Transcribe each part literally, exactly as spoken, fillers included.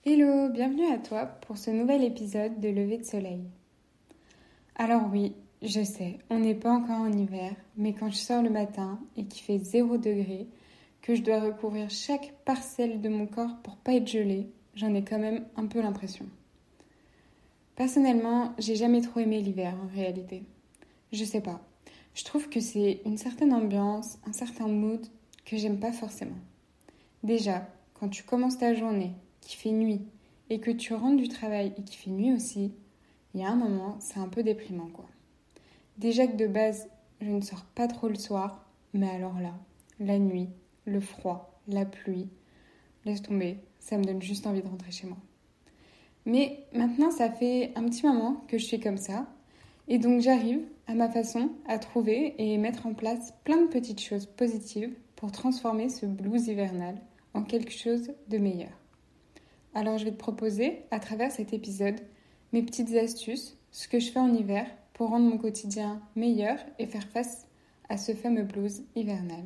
Hello, bienvenue à toi pour ce nouvel épisode de Lever de soleil. Alors oui, je sais, on n'est pas encore en hiver, mais quand je sors le matin et qu'il fait zéro degré, que je dois recouvrir chaque parcelle de mon corps pour pas être gelée, j'en ai quand même un peu l'impression. Personnellement, j'ai jamais trop aimé l'hiver en réalité. Je sais pas, je trouve que c'est une certaine ambiance, un certain mood que j'aime pas forcément. Déjà, quand tu commences ta journée, qu'il fait nuit, et que tu rentres du travail et qu'il fait nuit aussi, il y a un moment, c'est un peu déprimant quoi. Déjà que de base, je ne sors pas trop le soir, mais alors là, la nuit, le froid, la pluie, laisse tomber, ça me donne juste envie de rentrer chez moi. Mais maintenant, ça fait un petit moment que je suis comme ça, et donc j'arrive, à ma façon, à trouver et mettre en place plein de petites choses positives pour transformer ce blues hivernal en quelque chose de meilleur. Alors je vais te proposer, à travers cet épisode, mes petites astuces, ce que je fais en hiver pour rendre mon quotidien meilleur et faire face à ce fameux blues hivernal.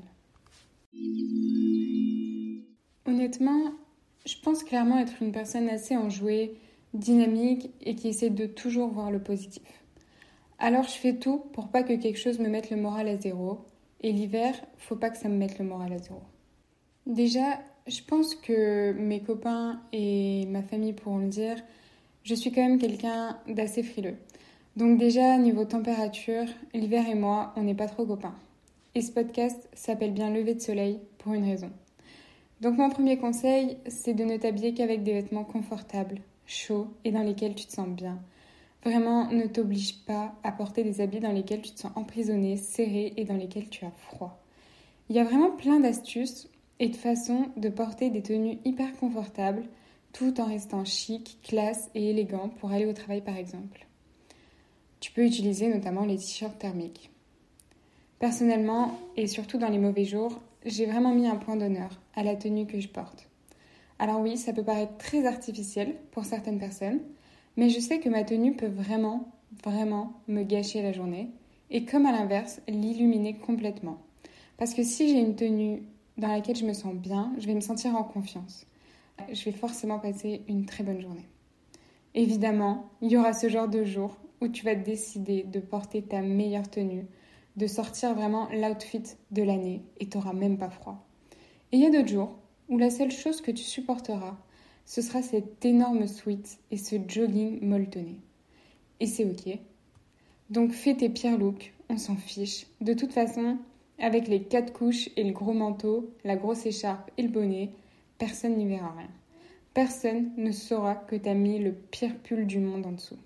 Honnêtement, je pense clairement être une personne assez enjouée, dynamique et qui essaie de toujours voir le positif. Alors je fais tout pour pas que quelque chose me mette le moral à zéro, et l'hiver, faut pas que ça me mette le moral à zéro. Déjà, je pense que mes copains et ma famille pourront le dire, je suis quand même quelqu'un d'assez frileux. Donc déjà, niveau température, l'hiver et moi, on n'est pas trop copains. Et ce podcast s'appelle bien Lever de soleil pour une raison. Donc mon premier conseil, c'est de ne t'habiller qu'avec des vêtements confortables, chauds et dans lesquels tu te sens bien. Vraiment, ne t'oblige pas à porter des habits dans lesquels tu te sens emprisonné, serré et dans lesquels tu as froid. Il y a vraiment plein d'astuces et de façons de porter des tenues hyper confortables tout en restant chic, classe et élégant pour aller au travail par exemple. Tu peux utiliser notamment les t-shirts thermiques. Personnellement, et surtout dans les mauvais jours, j'ai vraiment mis un point d'honneur à la tenue que je porte. Alors oui, ça peut paraître très artificiel pour certaines personnes, mais je sais que ma tenue peut vraiment, vraiment me gâcher la journée et comme à l'inverse, l'illuminer complètement. Parce que si j'ai une tenue dans laquelle je me sens bien, je vais me sentir en confiance. Je vais forcément passer une très bonne journée. Évidemment, il y aura ce genre de jour où tu vas décider de porter ta meilleure tenue, de sortir vraiment l'outfit de l'année et tu n'auras même pas froid. Et il y a d'autres jours où la seule chose que tu supporteras, ce sera cet énorme sweat et ce jogging molletonné. Et c'est ok. Donc fais tes pires looks, on s'en fiche. De toute façon, avec les quatre couches et le gros manteau, la grosse écharpe et le bonnet, personne n'y verra rien. Personne ne saura que t'as mis le pire pull du monde en dessous.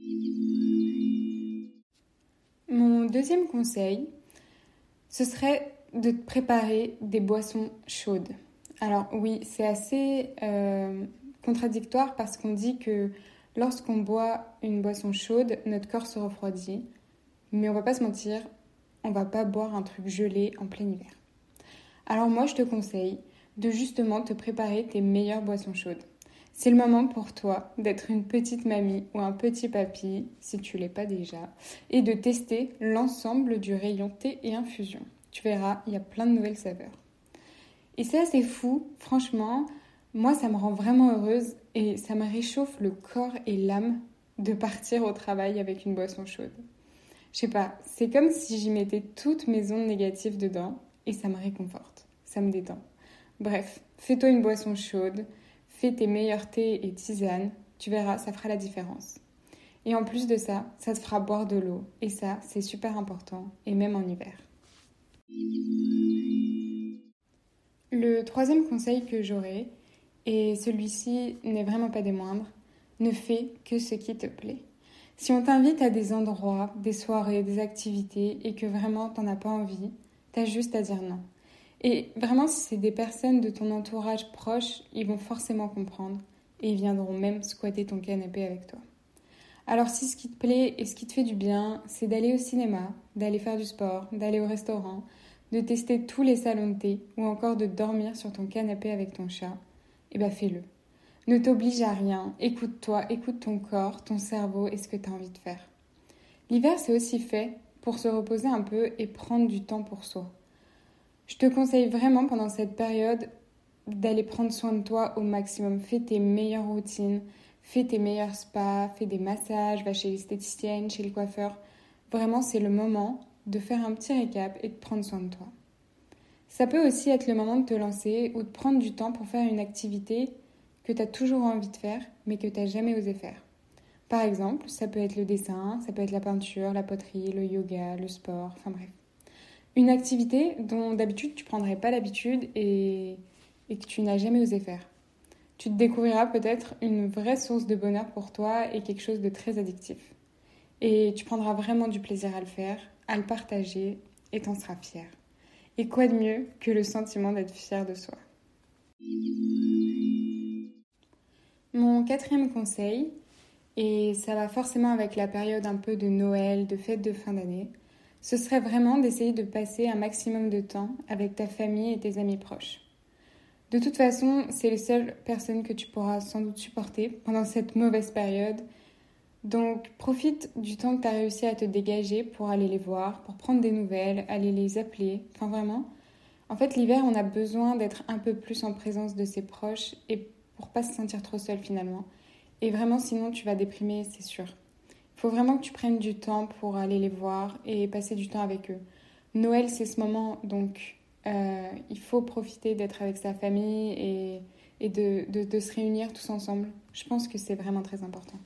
Mon deuxième conseil, ce serait de te préparer des boissons chaudes. Alors oui, c'est assez euh, contradictoire parce qu'on dit que lorsqu'on boit une boisson chaude, notre corps se refroidit. Mais on va pas se mentir, on va pas boire un truc gelé en plein hiver. Alors moi, je te conseille de justement te préparer tes meilleures boissons chaudes. C'est le moment pour toi d'être une petite mamie ou un petit papy, si tu l'es pas déjà, et de tester l'ensemble du rayon thé et infusion. Tu verras, il y a plein de nouvelles saveurs. Et c'est assez fou, franchement, moi ça me rend vraiment heureuse et ça me réchauffe le corps et l'âme de partir au travail avec une boisson chaude. Je sais pas, c'est comme si j'y mettais toutes mes ondes négatives dedans et ça me réconforte, ça me détend. Bref, fais-toi une boisson chaude, fais tes meilleurs thés et tisanes, tu verras, ça fera la différence. Et en plus de ça, ça te fera boire de l'eau et ça, c'est super important et même en hiver. Le troisième conseil que j'aurai, et celui-ci n'est vraiment pas des moindres, ne fais que ce qui te plaît. Si on t'invite à des endroits, des soirées, des activités et que vraiment t'en as pas envie, t'as juste à dire non. Et vraiment, si c'est des personnes de ton entourage proche, ils vont forcément comprendre et ils viendront même squatter ton canapé avec toi. Alors si ce qui te plaît et ce qui te fait du bien, c'est d'aller au cinéma, d'aller faire du sport, d'aller au restaurant, de tester tous les salons de thé ou encore de dormir sur ton canapé avec ton chat, eh ben fais-le. Ne t'oblige à rien, écoute-toi, écoute ton corps, ton cerveau et ce que tu as envie de faire. L'hiver, c'est aussi fait pour se reposer un peu et prendre du temps pour soi. Je te conseille vraiment pendant cette période d'aller prendre soin de toi au maximum. Fais tes meilleures routines, fais tes meilleurs spas, fais des massages, va chez l'esthéticienne, chez le coiffeur. Vraiment, c'est le moment de faire un petit récap et de prendre soin de toi. Ça peut aussi être le moment de te lancer ou de prendre du temps pour faire une activité que tu as toujours envie de faire, mais que tu n'as jamais osé faire. Par exemple, ça peut être le dessin, ça peut être la peinture, la poterie, le yoga, le sport, enfin bref. Une activité dont d'habitude tu ne prendrais pas l'habitude et, et que tu n'as jamais osé faire. Tu te découvriras peut-être une vraie source de bonheur pour toi et quelque chose de très addictif. Et tu prendras vraiment du plaisir à le faire, à le partager et t'en seras fier. Et quoi de mieux que le sentiment d'être fier de soi. Mon quatrième conseil, et ça va forcément avec la période un peu de Noël, de fête de fin d'année, ce serait vraiment d'essayer de passer un maximum de temps avec ta famille et tes amis proches. De toute façon, c'est les seules personnes que tu pourras sans doute supporter pendant cette mauvaise période. Donc, profite du temps que tu as réussi à te dégager pour aller les voir, pour prendre des nouvelles, aller les appeler. Enfin, vraiment. En fait, l'hiver, on a besoin d'être un peu plus en présence de ses proches et pour pas se sentir trop seul finalement. Et vraiment, sinon, tu vas déprimer, c'est sûr. Il faut vraiment que tu prennes du temps pour aller les voir et passer du temps avec eux. Noël, c'est ce moment, donc euh, il faut profiter d'être avec sa famille et, et de, de, de se réunir tous ensemble. Je pense que c'est vraiment très important.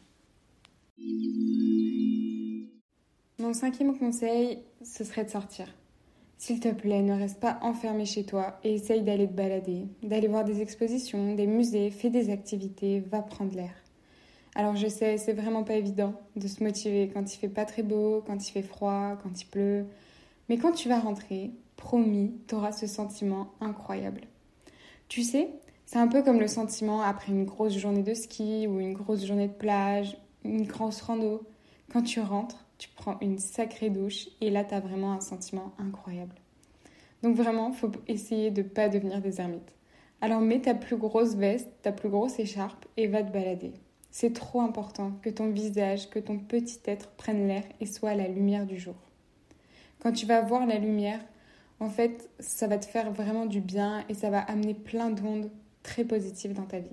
Mon cinquième conseil, ce serait de sortir. S'il te plaît, ne reste pas enfermé chez toi et essaye d'aller te balader, d'aller voir des expositions, des musées, fais des activités, va prendre l'air. Alors je sais, c'est vraiment pas évident de se motiver quand il fait pas très beau, quand il fait froid, quand il pleut. Mais quand tu vas rentrer, promis, t'auras ce sentiment incroyable. Tu sais, c'est un peu comme le sentiment après une grosse journée de ski ou une grosse journée de plage, une grosse rando. Quand tu rentres, tu prends une sacrée douche et là, t'as vraiment un sentiment incroyable. Donc vraiment, faut essayer de pas devenir des ermites. Alors mets ta plus grosse veste, ta plus grosse écharpe et va te balader. C'est trop important que ton visage, que ton petit être prenne l'air et soit à la lumière du jour. Quand tu vas voir la lumière, en fait, ça va te faire vraiment du bien et ça va amener plein d'ondes très positives dans ta vie.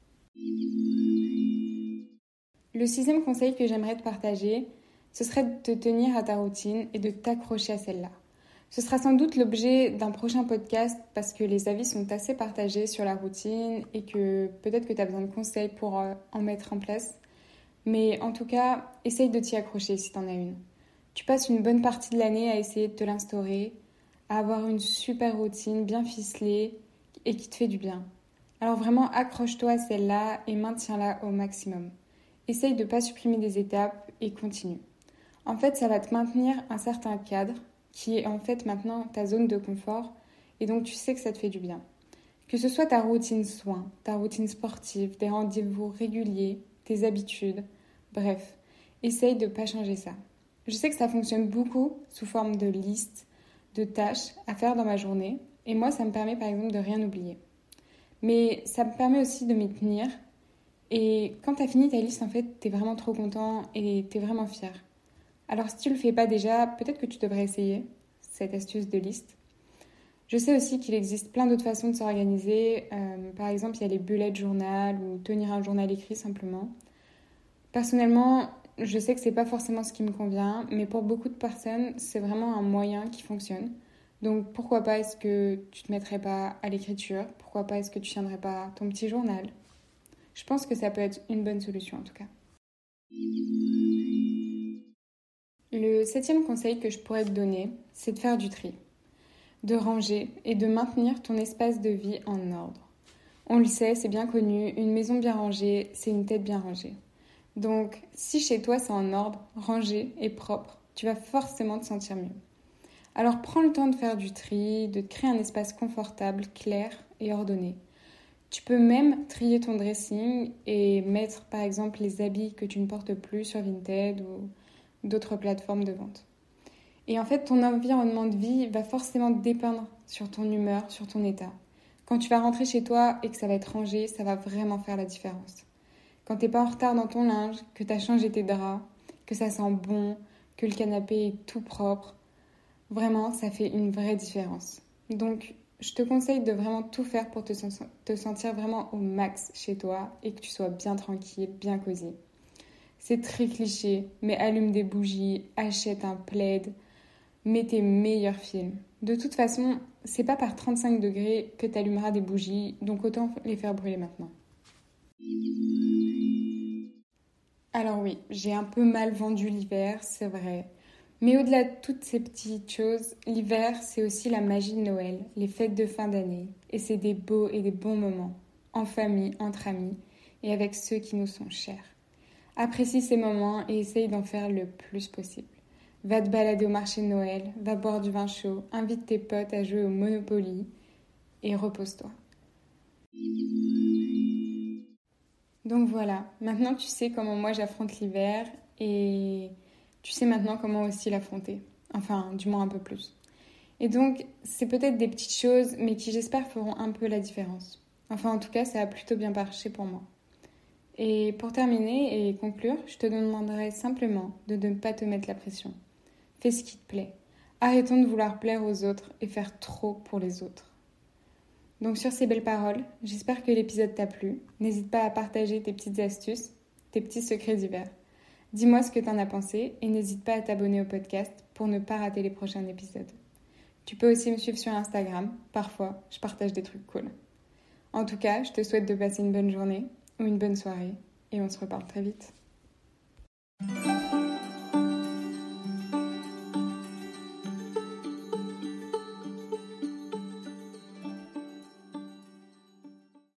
Le sixième conseil que j'aimerais te partager, ce serait de te tenir à ta routine et de t'accrocher à celle-là. Ce sera sans doute l'objet d'un prochain podcast parce que les avis sont assez partagés sur la routine et que peut-être que tu as besoin de conseils pour en mettre en place. Mais en tout cas, essaye de t'y accrocher si tu en as une. Tu passes une bonne partie de l'année à essayer de te l'instaurer, à avoir une super routine bien ficelée et qui te fait du bien. Alors vraiment, accroche-toi à celle-là et maintiens-la au maximum. Essaye de ne pas supprimer des étapes et continue. En fait, ça va te maintenir un certain cadre qui est en fait maintenant ta zone de confort et donc tu sais que ça te fait du bien. Que ce soit ta routine soins, ta routine sportive, des rendez-vous réguliers, tes habitudes, bref, essaye de ne pas changer ça. Je sais que ça fonctionne beaucoup sous forme de listes, de tâches à faire dans ma journée et moi ça me permet par exemple de rien oublier. Mais ça me permet aussi de m'y tenir et quand tu as fini ta liste en fait tu es vraiment trop content et tu es vraiment fier. Alors si tu ne le fais pas déjà, peut-être que tu devrais essayer cette astuce de liste. Je sais aussi qu'il existe plein d'autres façons de s'organiser. Euh, par exemple, il y a les bullet journal ou tenir un journal écrit simplement. Personnellement, je sais que ce n'est pas forcément ce qui me convient, mais pour beaucoup de personnes, c'est vraiment un moyen qui fonctionne. Donc pourquoi pas est-ce que tu ne te mettrais pas à l'écriture? Pourquoi pas est-ce que tu ne tiendrais pas ton petit journal? Je pense que ça peut être une bonne solution en tout cas. Le septième conseil que je pourrais te donner, c'est de faire du tri, de ranger et de maintenir ton espace de vie en ordre. On le sait, c'est bien connu, une maison bien rangée, c'est une tête bien rangée. Donc, si chez toi c'est en ordre, rangé et propre, tu vas forcément te sentir mieux. Alors prends le temps de faire du tri, de te créer un espace confortable, clair et ordonné. Tu peux même trier ton dressing et mettre par exemple les habits que tu ne portes plus sur Vinted ou d'autres plateformes de vente. Et en fait, ton environnement de vie va forcément dépendre sur ton humeur, sur ton état. Quand tu vas rentrer chez toi et que ça va être rangé, ça va vraiment faire la différence. Quand t'es pas en retard dans ton linge, que tu as changé tes draps, que ça sent bon, que le canapé est tout propre, vraiment, ça fait une vraie différence. Donc, je te conseille de vraiment tout faire pour te, sen- te sentir vraiment au max chez toi et que tu sois bien tranquille, bien cosy. C'est très cliché, mais allume des bougies, achète un plaid, mets tes meilleurs films. De toute façon, c'est pas par trente-cinq degrés que tu allumeras des bougies, donc autant les faire brûler maintenant. Alors oui, j'ai un peu mal vendu l'hiver, c'est vrai. Mais au-delà de toutes ces petites choses, l'hiver, c'est aussi la magie de Noël, les fêtes de fin d'année. Et c'est des beaux et des bons moments, en famille, entre amis, et avec ceux qui nous sont chers. Apprécie ces moments et essaye d'en faire le plus possible. Va te balader au marché de Noël, va boire du vin chaud, invite tes potes à jouer au Monopoly et repose-toi. Donc voilà, maintenant tu sais comment moi j'affronte l'hiver et tu sais maintenant comment aussi l'affronter. Enfin, du moins un peu plus. Et donc, c'est peut-être des petites choses, mais qui j'espère feront un peu la différence. Enfin, en tout cas, ça a plutôt bien marché pour moi. Et pour terminer et conclure, je te demanderai simplement de ne pas te mettre la pression. Fais ce qui te plaît. Arrêtons de vouloir plaire aux autres et faire trop pour les autres. Donc sur ces belles paroles, j'espère que l'épisode t'a plu. N'hésite pas à partager tes petites astuces, tes petits secrets d'hiver. Dis-moi ce que t'en as pensé et n'hésite pas à t'abonner au podcast pour ne pas rater les prochains épisodes. Tu peux aussi me suivre sur Instagram, parfois je partage des trucs cool. En tout cas, je te souhaite de passer une bonne journée ou une bonne soirée et on se reparle très vite.